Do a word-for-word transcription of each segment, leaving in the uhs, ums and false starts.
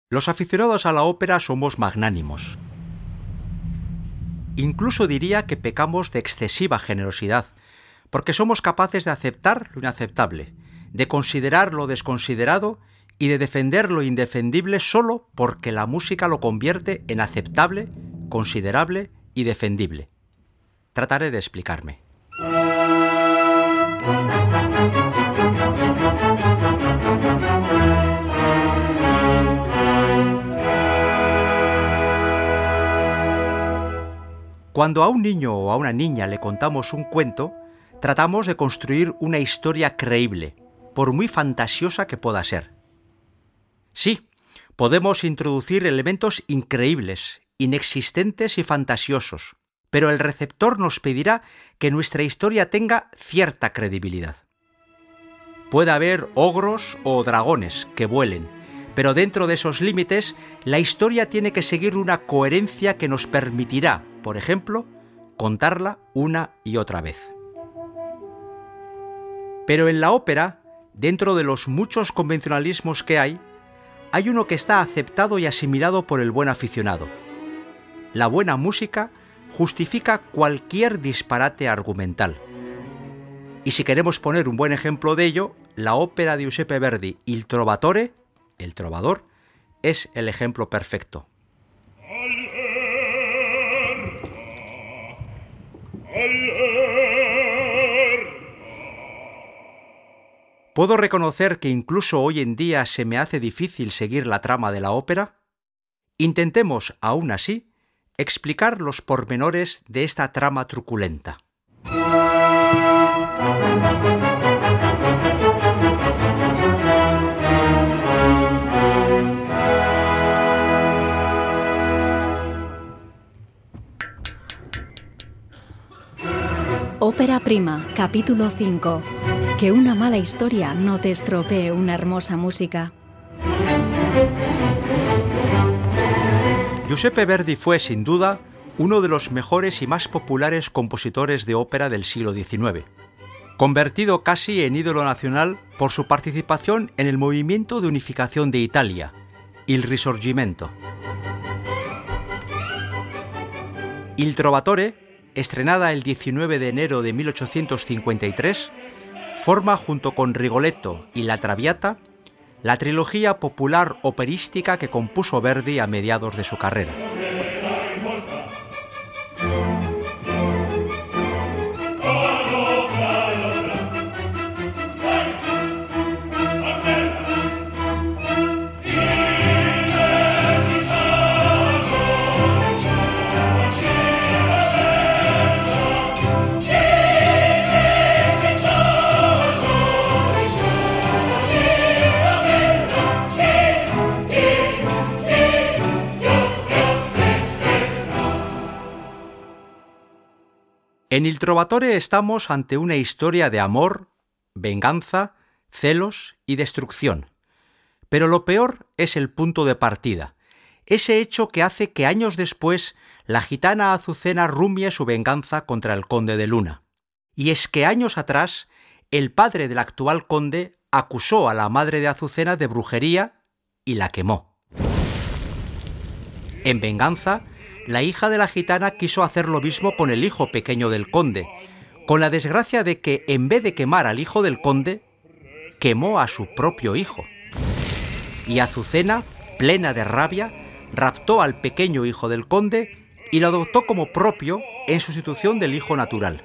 Los aficionados a la ópera somos magnánimos. Incluso diría que pecamos de excesiva generosidad, porque somos capaces de aceptar lo inaceptable, de considerar lo desconsiderado y de defender lo indefendible solo porque la música lo convierte en aceptable, considerable y defendible. Trataré de explicarme. Cuando a un niño o a una niña le contamos un cuento, tratamos de construir una historia creíble, por muy fantasiosa que pueda ser. Sí, podemos introducir elementos increíbles, inexistentes y fantasiosos, pero el receptor nos pedirá que nuestra historia tenga cierta credibilidad. Puede haber ogros o dragones que vuelen, pero dentro de esos límites, la historia tiene que seguir una coherencia que nos permitirá, por ejemplo, contarla una y otra vez. Pero en la ópera, dentro de los muchos convencionalismos que hay, hay uno que está aceptado y asimilado por el buen aficionado. La buena música justifica cualquier disparate argumental. Y si queremos poner un buen ejemplo de ello, la ópera de Giuseppe Verdi, Il Trovatore, El Trovador, es el ejemplo perfecto. ¿Puedo reconocer que incluso hoy en día se me hace difícil seguir la trama de la ópera? Intentemos, aún así, explicar los pormenores de esta trama truculenta. Ópera prima, capítulo cinco. Que una mala historia no te estropee una hermosa música. Giuseppe Verdi fue, sin duda, uno de los mejores y más populares compositores de ópera del siglo diecinueve, convertido casi en ídolo nacional por su participación en el movimiento de unificación de Italia, Il Risorgimento. Il Trovatore, estrenada el diecinueve de enero de mil ochocientos cincuenta y tres, forma junto con Rigoletto y La Traviata la trilogía popular operística que compuso Verdi a mediados de su carrera. En Il Trovatore estamos ante una historia de amor, venganza, celos y destrucción. Pero lo peor es el punto de partida, ese hecho que hace que años después la gitana Azucena rumie su venganza contra el conde de Luna. Y es que años atrás, el padre del actual conde acusó a la madre de Azucena de brujería y la quemó. En venganza, la hija de la gitana quiso hacer lo mismo con el hijo pequeño del conde, con la desgracia de que, en vez de quemar al hijo del conde, quemó a su propio hijo. Y Azucena, plena de rabia, raptó al pequeño hijo del conde y lo adoptó como propio en sustitución del hijo natural.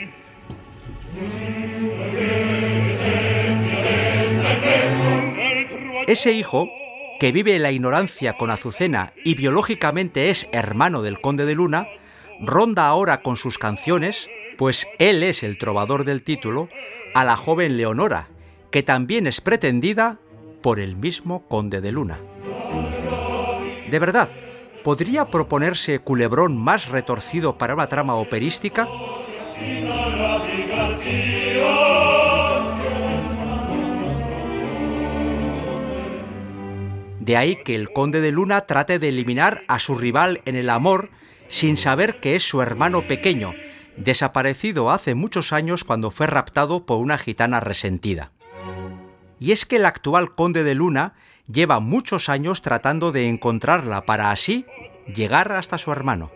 Ese hijo, que vive en la ignorancia con Azucena y biológicamente es hermano del conde de Luna, ronda ahora con sus canciones, pues él es el trovador del título, a la joven Leonora, que también es pretendida por el mismo conde de Luna. De verdad, ¿podría proponerse culebrón más retorcido para una trama operística? De ahí que el conde de Luna trate de eliminar a su rival en el amor sin saber que es su hermano pequeño, desaparecido hace muchos años cuando fue raptado por una gitana resentida. Y es que el actual conde de Luna lleva muchos años tratando de encontrarla para así llegar hasta su hermano.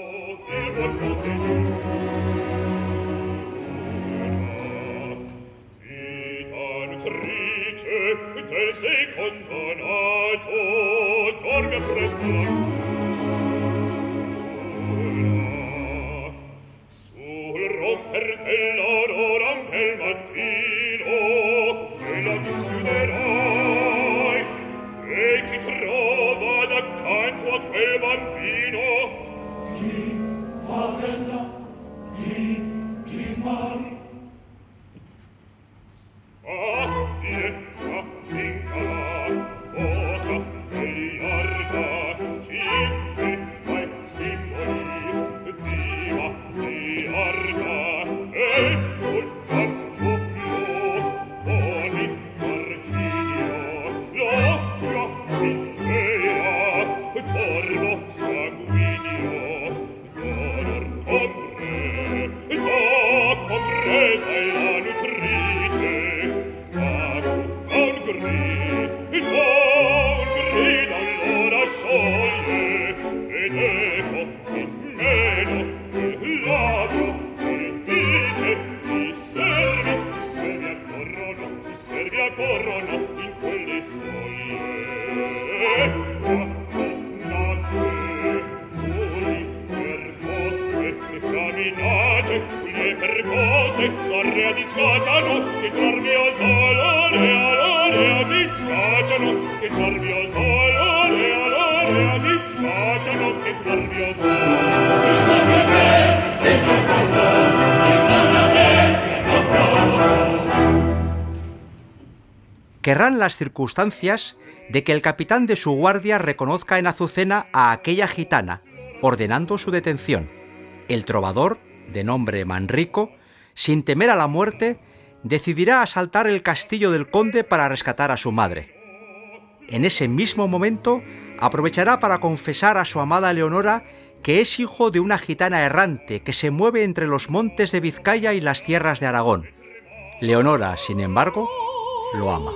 Querrán las circunstancias de que el capitán de su guardia reconozca en Azucena a aquella gitana, ordenando su detención. El trovador, de nombre Manrico, sin temer a la muerte, decidirá asaltar el castillo del conde para rescatar a su madre. En ese mismo momento, aprovechará para confesar a su amada Leonora que es hijo de una gitana errante que se mueve entre los montes de Vizcaya y las tierras de Aragón. Leonora, sin embargo, lo ama.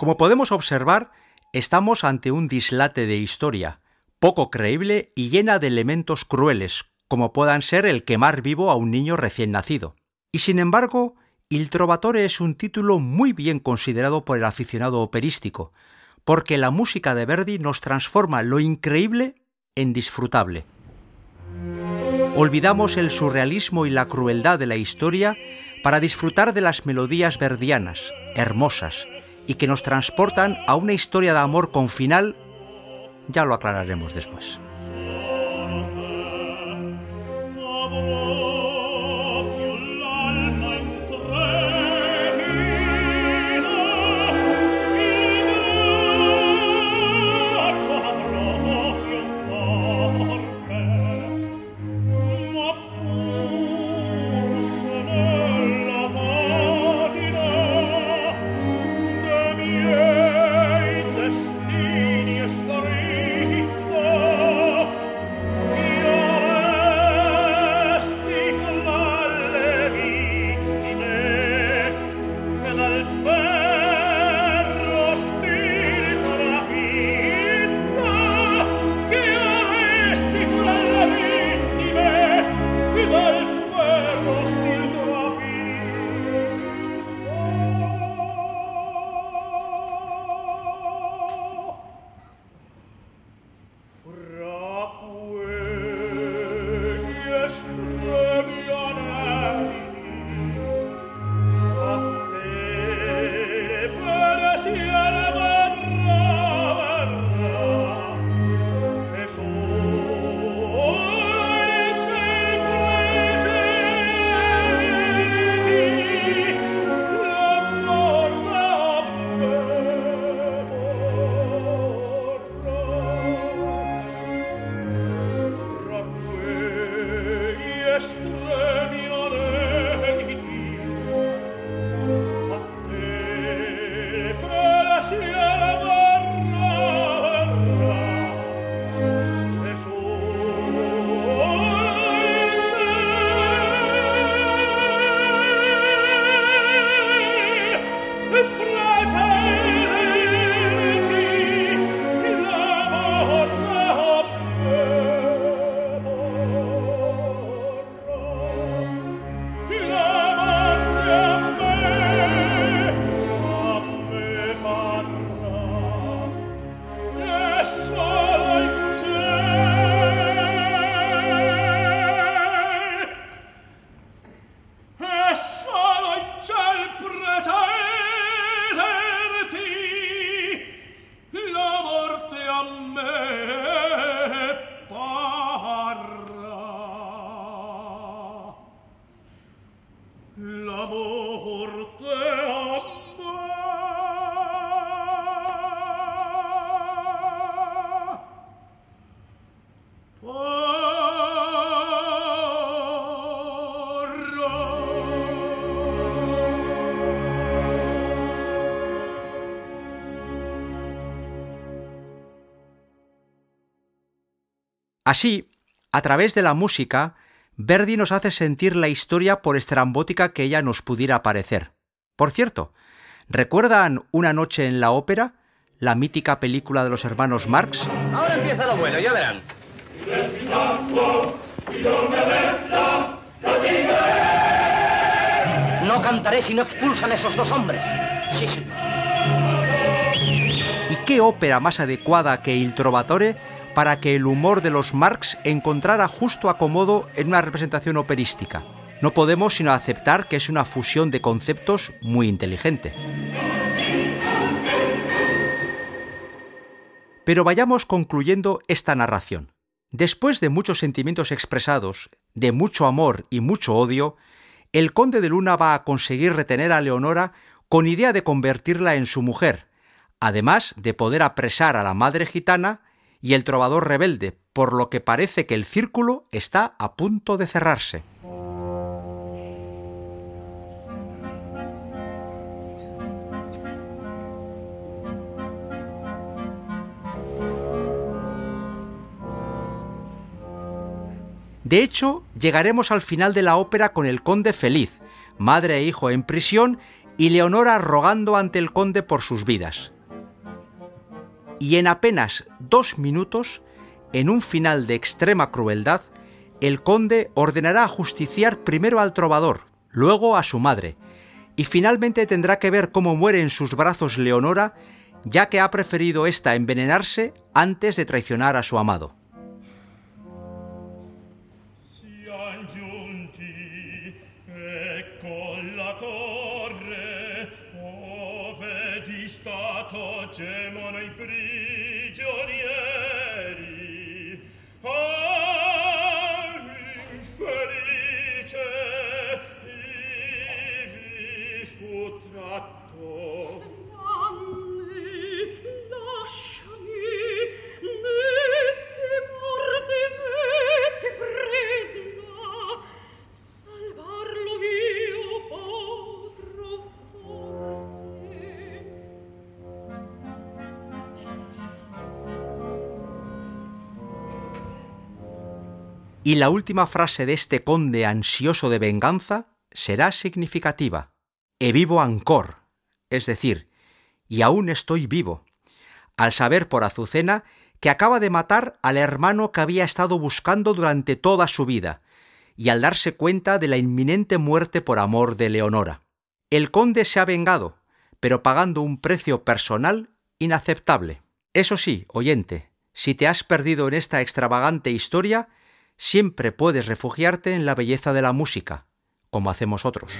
Como podemos observar, estamos ante un dislate de historia, poco creíble y llena de elementos crueles, como puedan ser el quemar vivo a un niño recién nacido. Y sin embargo, Il Trovatore es un título muy bien considerado por el aficionado operístico, porque la música de Verdi nos transforma lo increíble en disfrutable. Olvidamos el surrealismo y la crueldad de la historia para disfrutar de las melodías verdianas, hermosas, y que nos transportan a una historia de amor con final, ya lo aclararemos después. Así, a través de la música, Verdi nos hace sentir la historia por estrambótica que ella nos pudiera parecer. Por cierto, ¿recuerdan Una noche en la ópera? La mítica película de los hermanos Marx. Ahora empieza lo bueno, ya verán. No cantaré si no expulsan esos dos hombres. Sí, sí. ¿Y qué ópera más adecuada que Il Trovatore para que el humor de los Marx encontrara justo acomodo en una representación operística? No podemos sino aceptar que es una fusión de conceptos muy inteligente. Pero vayamos concluyendo esta narración. Después de muchos sentimientos expresados, de mucho amor y mucho odio, el conde de Luna va a conseguir retener a Leonora con idea de convertirla en su mujer, además de poder apresar a la madre gitana y el trovador rebelde, por lo que parece que el círculo está a punto de cerrarse. De hecho, llegaremos al final de la ópera con el conde feliz, madre e hijo en prisión y Leonora rogando ante el conde por sus vidas. y en apenas dos minutos, en un final de extrema crueldad, el conde ordenará ajusticiar primero al trovador, luego a su madre, y finalmente tendrá que ver cómo muere en sus brazos Leonora, ya que ha preferido ésta envenenarse antes de traicionar a su amado. Y la última frase de este conde ansioso de venganza será significativa. E vivo ancor, es decir, y aún estoy vivo, al saber por Azucena que acaba de matar al hermano que había estado buscando durante toda su vida, y al darse cuenta de la inminente muerte por amor de Leonora. El conde se ha vengado, pero pagando un precio personal inaceptable. Eso sí, oyente, si te has perdido en esta extravagante historia, siempre puedes refugiarte en la belleza de la música, como hacemos otros.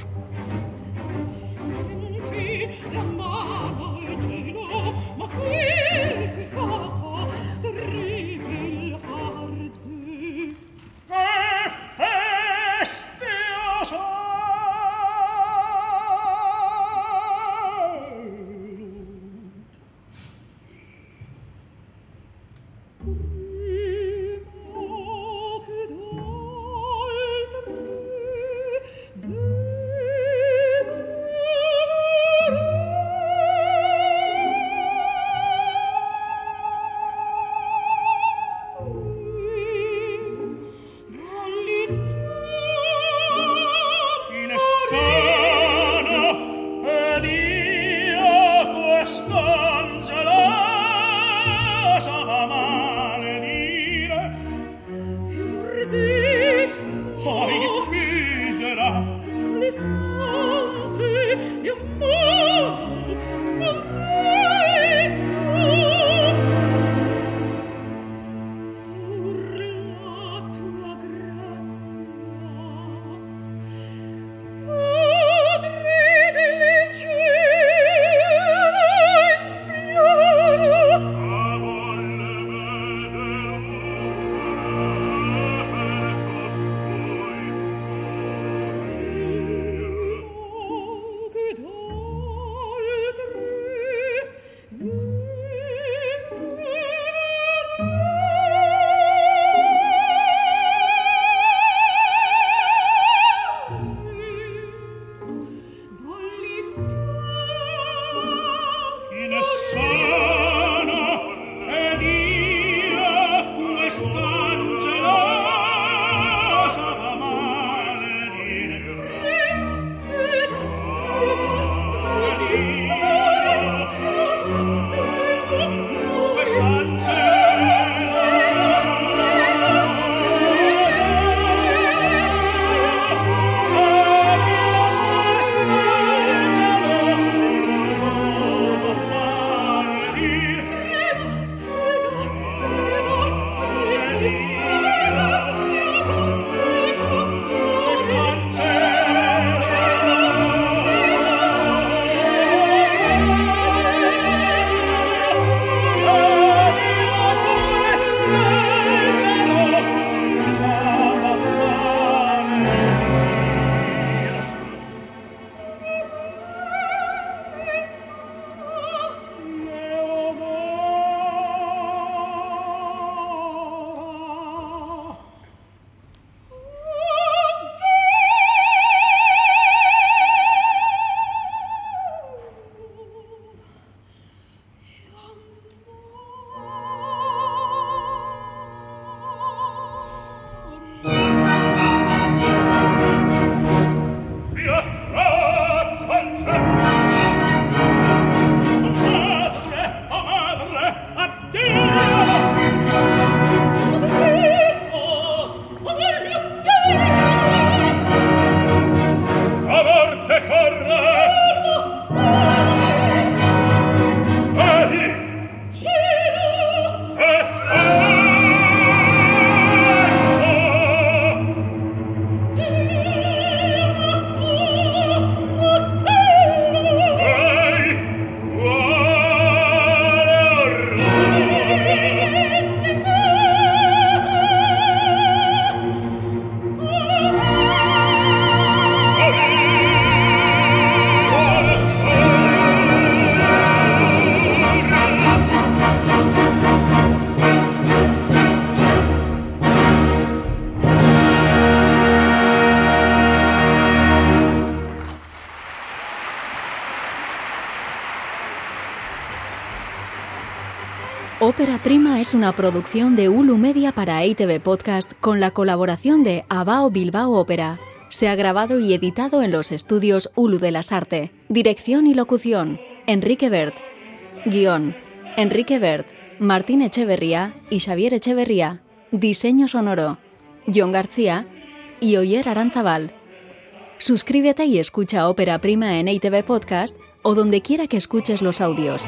Ópera Prima es una producción de Ulu Media para E I T V Podcast con la colaboración de Abao Bilbao Ópera. Se ha grabado y editado en los estudios Ulu de las Arte. Dirección y locución, Enrique Bert. Guión, Enrique Bert, Martín Echeverría y Xavier Echeverría. Diseño sonoro, Jon García y Oyer Aranzabal. Suscríbete y escucha Ópera Prima en E I T V Podcast o donde quiera que escuches los audios.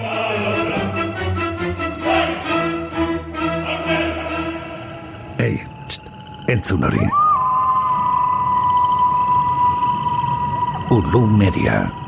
Ei, txt, entzun hori. Ulu Media.